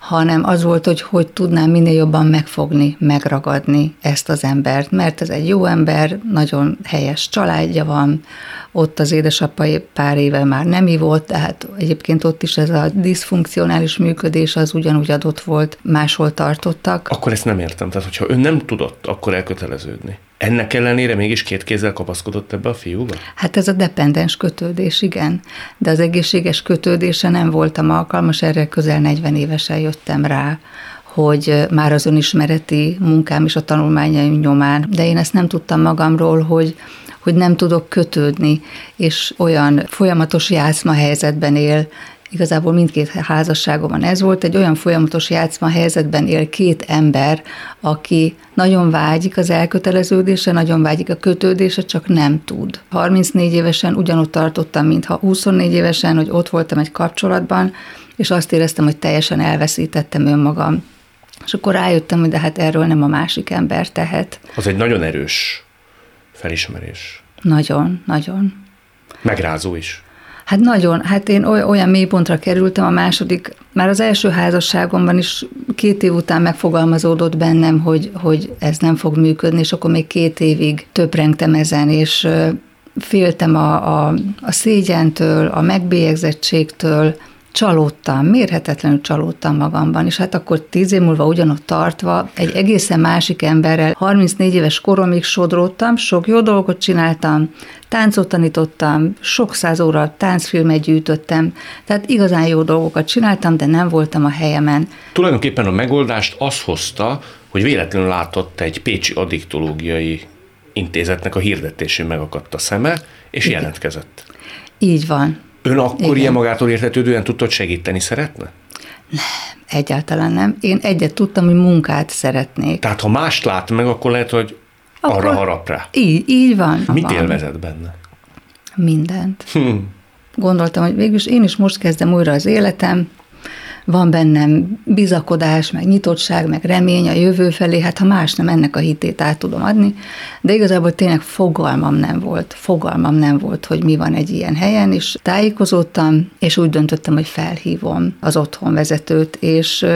hanem az volt, hogy tudnám minél jobban megfogni, megragadni ezt az embert, mert ez egy jó ember, nagyon helyes családja van, ott az édesapa pár éve már nem ivott, tehát egyébként ott is ez a diszfunkcionális működés az ugyanúgy adott volt, máshol tartottak. Akkor ezt nem értem, tehát hogyha ön nem tudott akkor elköteleződni. Ennek ellenére mégis 2 kézzel kapaszkodott ebbe a fiúba? Hát ez a dependens kötődés, igen. De az egészséges kötődése nem voltam alkalmas, erre közel 40 évesen jöttem rá, hogy már az önismereti munkám és a tanulmányaim nyomán, de én ezt nem tudtam magamról, hogy nem tudok kötődni, és olyan folyamatos játszma helyzetben él, igazából mindkét házasságomban ez volt, egy olyan folyamatos játszma helyzetben él 2 ember, aki nagyon vágyik az elköteleződésre, nagyon vágyik a kötődésre, csak nem tud. 34 évesen ugyanott tartottam, mintha 24 évesen, hogy ott voltam egy kapcsolatban, és azt éreztem, hogy teljesen elveszítettem önmagam. És akkor rájöttem, hogy de hát erről nem a másik ember tehet. Az egy nagyon erős felismerés. Nagyon, nagyon. Megrázó is. Hát nagyon, hát én olyan mélypontra kerültem a második, már az első házasságomban is 2 év után megfogalmazódott bennem, hogy ez nem fog működni, és akkor még 2 évig töprengtem ezen, és féltem a szégyentől, a megbélyegzettségtől, csalódtam, mérhetetlenül csalódtam magamban, és hát akkor 10 év múlva ugyanott tartva egy egészen másik emberrel, 34 éves koromig sodródtam, sok jó dolgot csináltam, táncot tanítottam, sok 100 óra táncfilmet gyűjtöttem, tehát igazán jó dolgokat csináltam, de nem voltam a helyemen. Tulajdonképpen a megoldást az hozta, hogy véletlenül látott egy pécsi addiktológiai intézetnek a hirdetésén megakadt a szeme, és jelentkezett. Így van. Ön akkor ilyen magától értetődően tudta, hogy segíteni szeretne? Nem, egyáltalán nem. Én egyet tudtam, hogy munkát szeretnék. Tehát ha mást lát meg, akkor lehet, hogy arra harap rá. Így van. Mit élvezett benne? Mindent. Gondoltam, hogy végülis én is most kezdem újra az életem, van bennem bizakodás, meg nyitottság, meg remény a jövő felé, hát ha más nem, ennek a hitét át tudom adni, de igazából tényleg fogalmam nem volt, hogy mi van egy ilyen helyen, és tájékozódtam, és úgy döntöttem, hogy felhívom az otthonvezetőt, és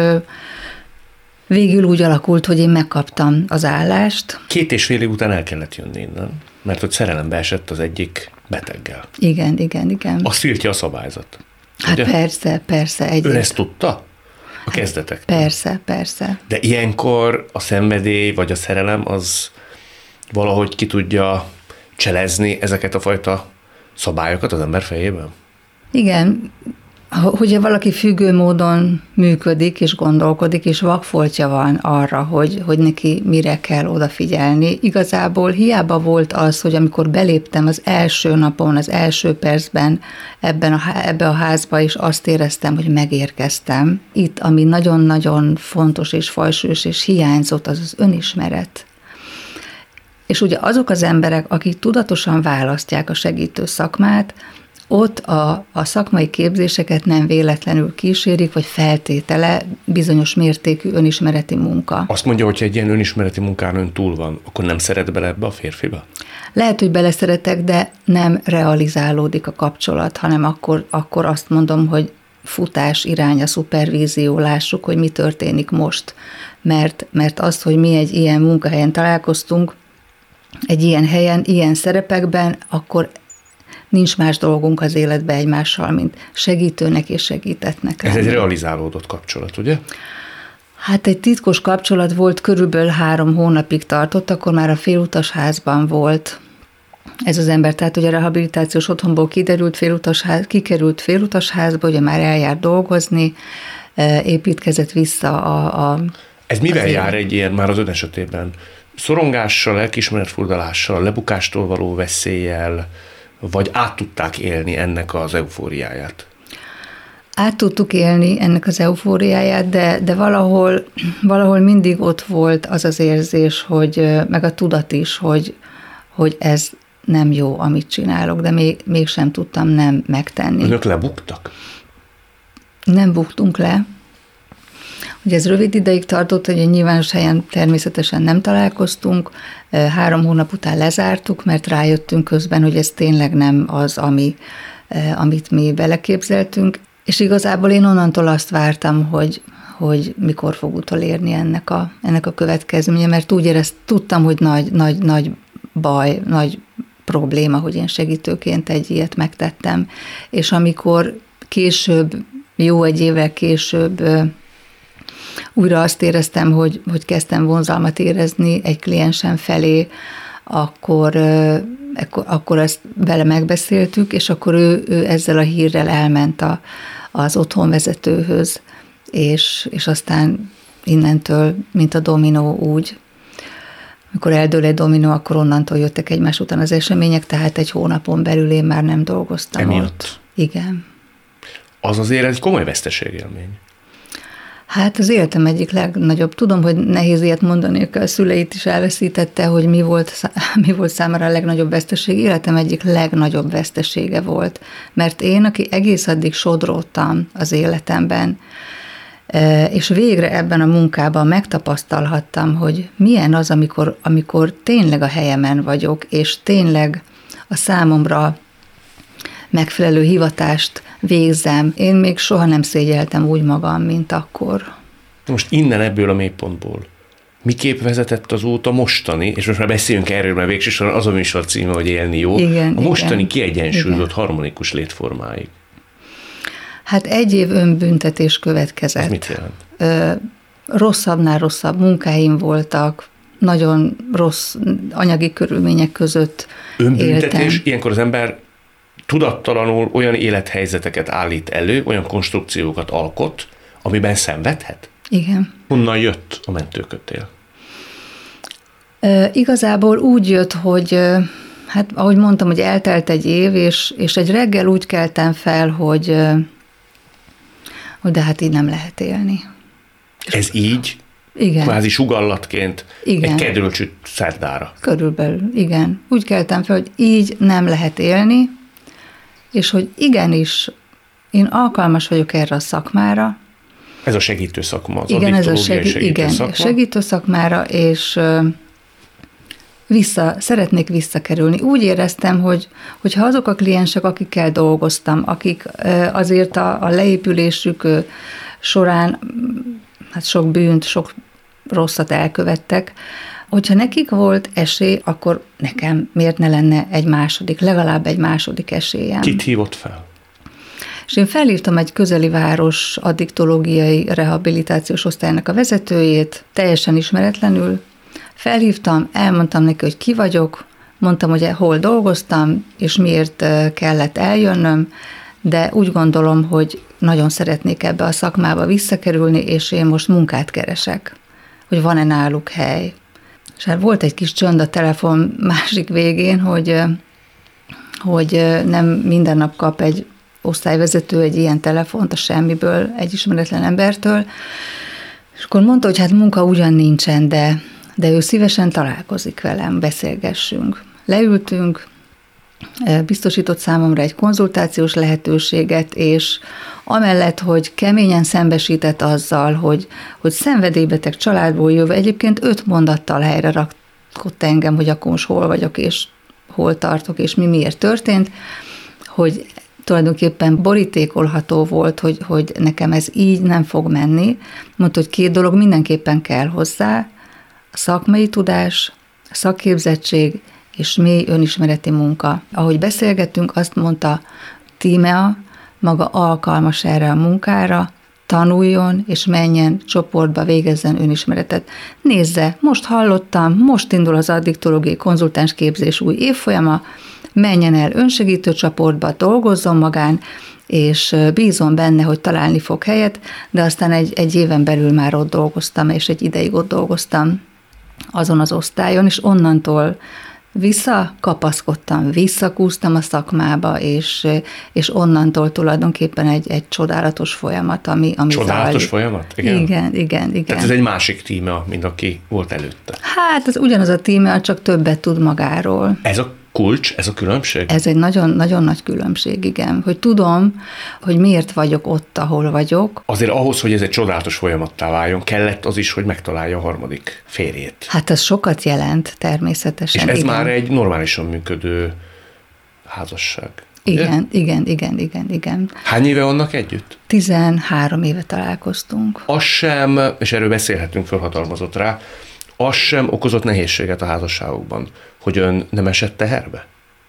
végül úgy alakult, hogy én megkaptam az állást. 2,5 év után el kellett jönni innen, mert hogy szerelembe esett az egyik beteggel. Igen. Azt tiltja a szabályzat. Hát ugye? Persze. Ön ezt tudta a kezdetek? Persze. De ilyenkor a szenvedély vagy a szerelem az valahogy ki tudja cselezni ezeket a fajta szabályokat az ember fejében? Igen. Hogyha valaki függő módon működik és gondolkodik, és vakfoltja van arra, hogy neki mire kell odafigyelni, igazából hiába volt az, hogy amikor beléptem az első napon, az első percben ebbe a házba, és azt éreztem, hogy megérkeztem. Itt, ami nagyon-nagyon fontos és fajsúlyos, és hiányzott, az az önismeret. És ugye azok az emberek, akik tudatosan választják a segítő szakmát, ott a szakmai képzéseket nem véletlenül kísérik, vagy feltétele bizonyos mértékű önismereti munka. Azt mondja, hogy egy ilyen önismereti munkán ön túl van, akkor nem szeret bele ebbe a férfiba? Lehet, hogy beleszeretek, de nem realizálódik a kapcsolat, hanem akkor azt mondom, hogy futás, irány, a szupervízió, lássuk, hogy mi történik most. Mert az, hogy mi egy ilyen munkahelyen találkoztunk, egy ilyen helyen, ilyen szerepekben, akkor nincs más dolgunk az életben egymással, mint segítőnek és segítettnek. Ez egy realizálódott kapcsolat, ugye? Hát egy titkos kapcsolat volt, körülbelül 3 hónapig tartott, akkor már a félutas-házban volt ez az ember, tehát ugye a rehabilitációs otthonból kikerült félutas-házba, ugye már eljárt dolgozni, építkezett vissza a Ez mivel jár egy ilyen már az ön esetében? Szorongással, lelkiismeretfurdalással, lebukástól való veszéllyel, vagy át tudták élni ennek az eufóriáját? Át tudtuk élni ennek az eufóriáját, de valahol mindig ott volt az az érzés, meg a tudat is, hogy ez nem jó, amit csinálok, de mégsem tudtam nem megtenni. Önök lebuktak? Nem buktunk le. Ugye ez rövid ideig tartott, hogy egy nyilvános helyen természetesen nem találkoztunk, 3 hónap után lezártuk, mert rájöttünk közben, hogy ez tényleg nem az, amit mi beleképzeltünk, és igazából én onnantól azt vártam, hogy mikor fog utolérni ennek a következménye, mert úgy tudtam, hogy nagy baj, nagy probléma, hogy én segítőként egy ilyet megtettem. És amikor később, jó egy évvel később újra azt éreztem, hogy kezdtem vonzalmat érezni egy kliensem felé, akkor ezt vele megbeszéltük, és akkor ő ezzel a hírrel elment az otthonvezetőhöz, és aztán innentől, mint a dominó úgy, amikor eldől egy dominó, akkor onnantól jöttek egymás után az események, tehát egy hónapon belül én már nem dolgoztam emiatt. Ott. Igen. Az azért egy komoly veszteségélmény. Hát az életem egyik legnagyobb. Tudom, hogy nehéz ilyet mondani, a szüleit is elveszítette, hogy mi volt számára a legnagyobb veszteség. Életem egyik legnagyobb vesztesége volt. Mert én, aki egész addig sodródtam az életemben, és végre ebben a munkában megtapasztalhattam, hogy milyen az, amikor tényleg a helyemen vagyok, és tényleg a számomra megfelelő hivatást végzem. Én még soha nem szégyeltem úgy magam, mint akkor. Most innen ebből a mélypontból miképp vezetett az út a mostani, és most már beszéljünk erről, mert végsősorban az a műsor címe, hogy élni jó, igen, a mostani kiegyensúlyozott, igen. harmonikus létformáig. Hát 1 év önbüntetés következett. Ez mit jelent? Rosszabbnál rosszabb munkáim voltak, nagyon rossz anyagi körülmények között Önbüntetés, éltem. ilyenkor az ember tudattalanul olyan élethelyzeteket állít elő, olyan konstrukciókat alkot, amiben szenvedhet? Igen. Honnan jött a mentőkötél? Igazából úgy jött, hogy hát ahogy mondtam, hogy eltelt egy év, és egy reggel úgy keltem fel, hogy de hát így nem lehet élni. Ez így? Igen. Kvázi sugallatként Igen. egy kedrölcsüt szerdára. Körülbelül, igen. Úgy keltem fel, hogy így nem lehet élni, és hogy igenis, én alkalmas vagyok erre a szakmára. Ez a segítő szakma, az igen, ez a segítő szakma. segítő szakmára, és szeretnék visszakerülni. Úgy éreztem, hogy ha azok a kliensek, akikkel dolgoztam, akik azért a leépülésük során hát sok bűnt, sok rosszat elkövettek, hogyha nekik volt esély, akkor nekem miért ne lenne legalább egy második esélyem. Kit hívott fel? És én felhívtam egy közeli város addiktológiai rehabilitációs osztályának a vezetőjét, teljesen ismeretlenül. Felhívtam, elmondtam neki, hogy ki vagyok, mondtam, hogy hol dolgoztam, és miért kellett eljönnöm, de úgy gondolom, hogy nagyon szeretnék ebbe a szakmába visszakerülni, és én most munkát keresek, hogy van-e náluk hely. És hát volt egy kis csönd a telefon másik végén, hogy nem minden nap kap egy osztályvezető egy ilyen telefont a semmiből, egy ismeretlen embertől, és akkor mondta, hogy hát munka ugyan nincsen, de ő szívesen találkozik velem, beszélgessünk. Leültünk, biztosított számomra egy konzultációs lehetőséget, és amellett, hogy keményen szembesített azzal, hogy szenvedélybeteg családból jövő, egyébként 5 mondattal helyre rakott engem, hogy akkor most hol vagyok, és hol tartok, és mi miért történt, hogy tulajdonképpen borítékolható volt, hogy nekem ez így nem fog menni. Mondta, hogy 2 dolog mindenképpen kell hozzá, a szakmai tudás, a szakképzettség és mély önismereti munka. Ahogy beszélgettünk, azt mondta, Tímea maga alkalmas erre a munkára, tanuljon és menjen csoportba, végezzen önismeretet. Nézze, most hallottam, most indul az addiktológiai konzultáns képzés új évfolyama, menjen el önsegítő csoportba, dolgozzon magán, és bízom benne, hogy találni fog helyet, de aztán egy éven belül már ott dolgoztam, és egy ideig ott dolgoztam azon az osztályon, és onnantól visszakapaszkodtam, visszakúztam a szakmába, és onnantól tulajdonképpen egy csodálatos folyamat, ami Csodálatos zajlik. folyamat? Igen. Tehát ez egy másik Tímea, mint aki volt előtte. Hát ez ugyanaz a Tímea, csak többet tud magáról. Ez a kulcs, ez a különbség? Ez egy nagyon, nagyon nagy különbség, igen. Hogy tudom, hogy miért vagyok ott, ahol vagyok. Azért ahhoz, hogy ez egy csodálatos folyamattá váljon, kellett az is, hogy megtalálja a harmadik férjét. Hát ez sokat jelent természetesen. És ez igen. már egy normálisan működő házasság. Igen. Hány éve vannak együtt? 13 éve találkoztunk. Az sem, és erről beszélhetünk, fölhatalmazott rá, az sem okozott nehézséget a házasságokban, hogy ön nem esett teherbe?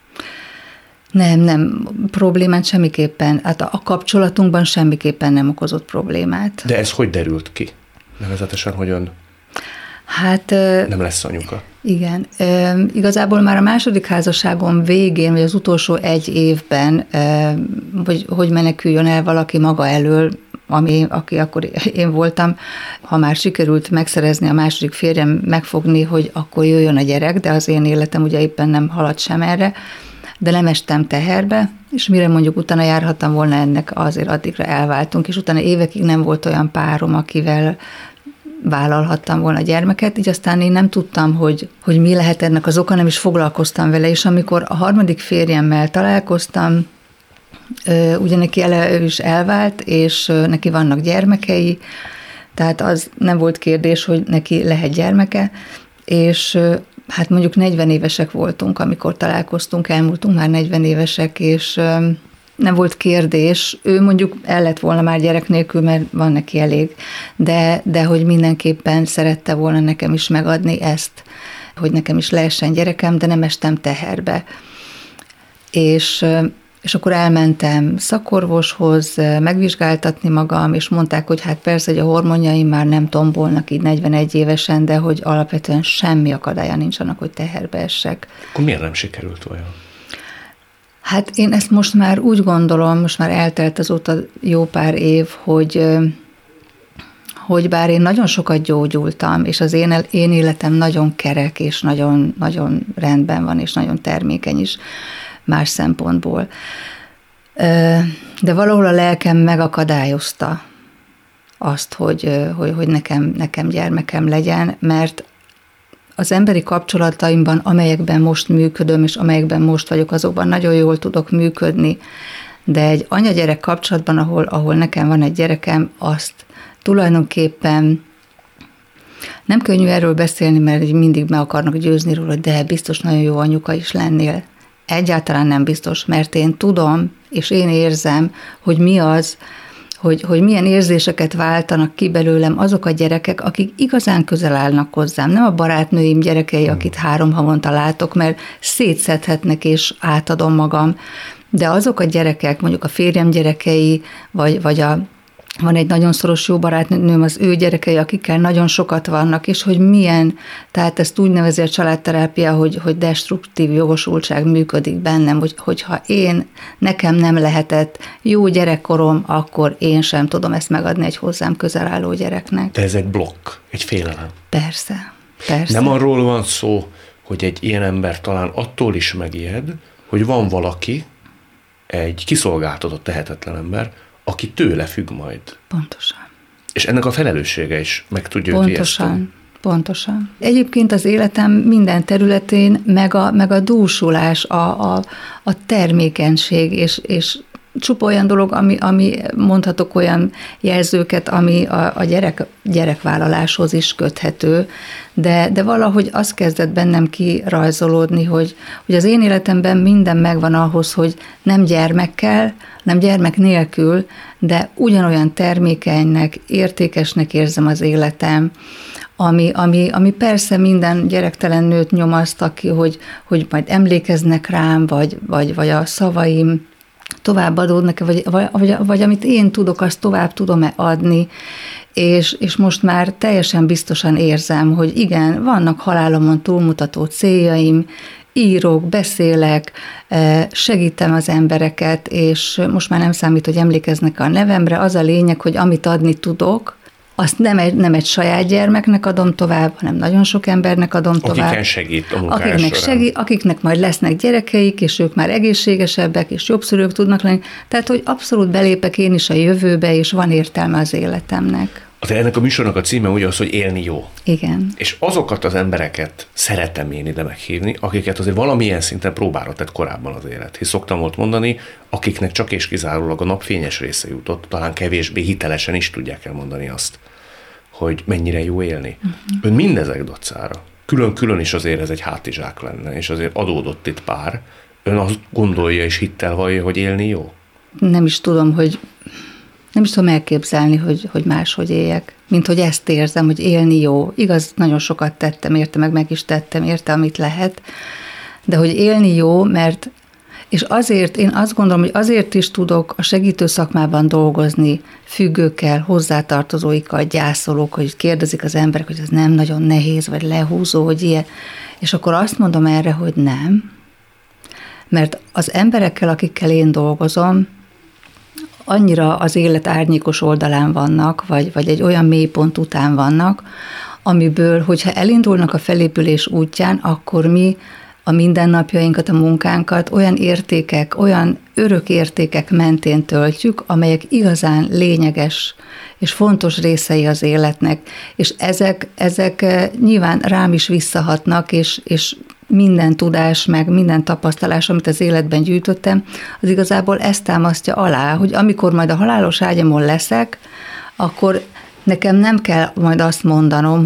Nem, problémát semmiképpen, hát a kapcsolatunkban semmiképpen nem okozott problémát. De ez hogy derült ki? Nevezetesen, hogy ön nem lesz anyuka. Igen. Igazából már a második házasságom végén, vagy az utolsó 1 évben, hogy meneküljön el valaki maga elől, aki akkor én voltam, ha már sikerült megszerezni a második férjem, megfogni, hogy akkor jöjjön a gyerek, de az én életem ugye éppen nem haladt sem erre, de nem estem teherbe, és mire mondjuk utána járhattam volna ennek, azért addigra elváltunk, és utána évekig nem volt olyan párom, akivel vállalhattam volna a gyermeket, így aztán én nem tudtam, hogy mi lehet ennek az oka, nem is foglalkoztam vele, és amikor a harmadik férjemmel találkoztam, ugye neki ő is elvált, és neki vannak gyermekei, tehát az nem volt kérdés, hogy neki lehet gyermeke, és hát mondjuk 40 évesek voltunk, amikor találkoztunk, elmúltunk már 40 évesek, és nem volt kérdés. Ő mondjuk el lett volna már gyerek nélkül, mert van neki elég, de hogy mindenképpen szerette volna nekem is megadni ezt, hogy nekem is lehessen gyerekem, de nem estem teherbe. És akkor elmentem szakorvoshoz megvizsgáltatni magam, és mondták, hogy hát persze, hogy a hormonjaim már nem tombolnak így 41 évesen, de hogy alapvetően semmi akadálya nincs annak, hogy teherbe essek. Akkor miért nem sikerült olyan? Hát én ezt most már úgy gondolom, most már eltelt azóta jó pár év, hogy bár én nagyon sokat gyógyultam, és az én életem nagyon kerek, és nagyon, nagyon rendben van, és nagyon termékeny is más szempontból. De valahol a lelkem megakadályozta azt, hogy nekem gyermekem legyen, mert az emberi kapcsolataimban, amelyekben most működöm, és amelyekben most vagyok, azokban nagyon jól tudok működni, de egy anya-gyerek kapcsolatban, ahol nekem van egy gyerekem, azt tulajdonképpen nem könnyű erről beszélni, mert mindig meg akarnak győzni róla, hogy de biztos nagyon jó anyuka is lennél. Egyáltalán nem biztos, mert én tudom, és én érzem, hogy mi az, hogy milyen érzéseket váltanak ki belőlem azok a gyerekek, akik igazán közel állnak hozzám. Nem a barátnőim gyerekei, akit 3 havonta látok, mert szétszedhetnek, és átadom magam, de azok a gyerekek, mondjuk a férjem gyerekei, vagy van egy nagyon szoros jó barátnőm, az ő gyerekei, akikkel nagyon sokat vannak, és hogy milyen, tehát ezt úgy nevezi a családterápia, hogy destruktív jogosultság működik bennem, hogyha nekem nem lehetett jó gyerekkorom, akkor én sem tudom ezt megadni egy hozzám közel álló gyereknek. De ez egy blokk, egy félelem. Persze. Nem arról van szó, hogy egy ilyen ember talán attól is megijed, hogy van valaki, egy kiszolgáltatott, tehetetlen ember, aki tőle függ majd. Pontosan. És ennek a felelőssége is meg tudja őt ijeszteni. Pontosan. Egyébként az életem minden területén, meg a dúsulás, a termékenység, és csupa olyan dolog, ami mondhatok olyan jelzőket, ami a gyerekvállaláshoz is köthető, de valahogy az kezdett bennem kirajzolódni, hogy az én életemben minden megvan ahhoz, hogy nem gyermekkel, nem gyermek nélkül, de ugyanolyan termékenynek, értékesnek érzem az életem, ami persze minden gyerektelen nőt nyomaszt, aki, hogy majd emlékeznek rám, vagy a szavaim továbbadódnak, vagy amit én tudok, azt tovább tudom-e adni, és most már teljesen biztosan érzem, hogy igen, vannak halálomon túlmutató céljaim, írok, beszélek, segítem az embereket, és most már nem számít, hogy emlékeznek a nevemre, az a lényeg, hogy amit adni tudok, azt nem egy saját gyermeknek adom tovább, hanem nagyon sok embernek adom tovább. Akiken segít a munkája során. Akiknek majd lesznek gyerekeik, és ők már egészségesebbek, és jobb szülők tudnak lenni. Tehát, hogy abszolút belépek én is a jövőbe, és van értelme az életemnek. Ennek a műsornak a címe ugye az, hogy élni jó. Igen. És azokat az embereket szeretem én ide meghívni, akiket azért valamilyen szinten próbára tett korábban az élet. Hisz szoktam volt mondani, akiknek csak és kizárólag a nap fényes része jutott, talán kevésbé hitelesen is tudják elmondani azt, hogy mennyire jó élni. Ön mindezek dacára. Külön-külön is azért ez egy hátizsák lenne, és azért adódott itt pár. Ön azt gondolja és hittel vallja, hogy élni jó? Nem is tudom elképzelni, hogy máshogy éljek, mint hogy ezt érzem, hogy élni jó. Igaz, nagyon sokat tettem érte, meg is tettem érte, amit lehet, de hogy élni jó, mert és azért, én azt gondolom, hogy azért is tudok a segítő szakmában dolgozni, függőkkel, hozzátartozóikkal, gyászolókkal, hogy kérdezik az emberek, hogy ez nem nagyon nehéz, vagy lehúzó, hogy ilyen. És akkor azt mondom erre, hogy nem. Mert az emberekkel, akikkel én dolgozom, annyira az élet árnyékos oldalán vannak, vagy egy olyan mélypont után vannak, amiből, hogyha elindulnak a felépülés útján, akkor mi a mindennapjainkat, a munkánkat olyan értékek, olyan örök értékek mentén töltjük, amelyek igazán lényeges és fontos részei az életnek. És ezek nyilván rám is visszahatnak, és minden tudás, meg minden tapasztalás, amit az életben gyűjtöttem, az igazából ezt támasztja alá, hogy amikor majd a halálos ágyamon leszek, akkor nekem nem kell majd azt mondanom,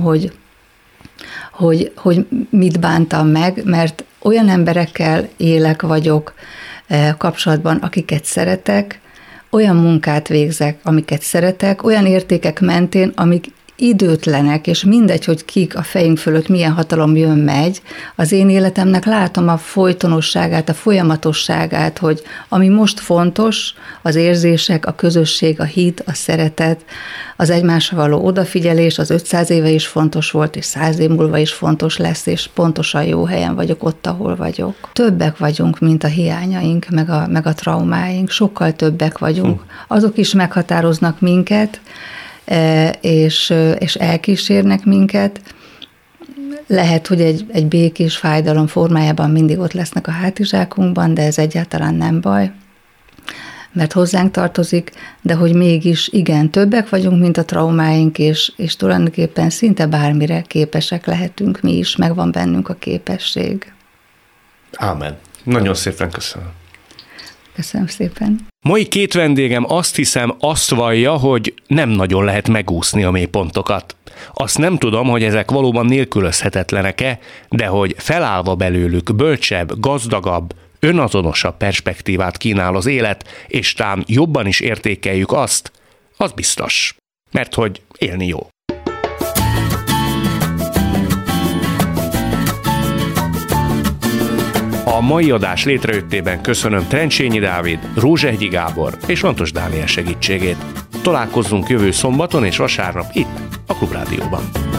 hogy mit bántam meg, mert olyan emberekkel élek vagyok kapcsolatban, akiket szeretek, olyan munkát végzek, amiket szeretek, olyan értékek mentén, amik időtlenek, és mindegy, hogy kik a fejünk fölött, milyen hatalom jön-megy, az én életemnek látom a folytonosságát, a folyamatosságát, hogy ami most fontos, az érzések, a közösség, a hit, a szeretet, az egymásra való odafigyelés, az 500 éve is fontos volt, és 100 év múlva is fontos lesz, és pontosan jó helyen vagyok ott, ahol vagyok. Többek vagyunk, mint a hiányaink, meg a traumáink, sokkal többek vagyunk. Azok is meghatároznak minket, és elkísérnek minket. Lehet, hogy egy békés fájdalom formájában mindig ott lesznek a hátizsákunkban, de ez egyáltalán nem baj, mert hozzánk tartozik, de hogy mégis igen, többek vagyunk, mint a traumáink, és tulajdonképpen szinte bármire képesek lehetünk mi is, megvan bennünk a képesség. Ámen. Nagyon szépen köszönöm. Köszönöm szépen. Mai két vendégem azt hiszem azt vallja, hogy nem nagyon lehet megúszni a mélypontokat. Azt nem tudom, hogy ezek valóban nélkülözhetetlenek-e, de hogy felállva belőlük bölcsebb, gazdagabb, önazonosabb perspektívát kínál az élet, és tám jobban is értékeljük azt, az biztos. Mert hogy élni jó. A mai adás létrejöttében köszönöm Trencsényi Dávid, Rózsehegyi Gábor és Lantos Dániel segítségét. Találkozzunk jövő szombaton és vasárnap itt, a Klubrádióban.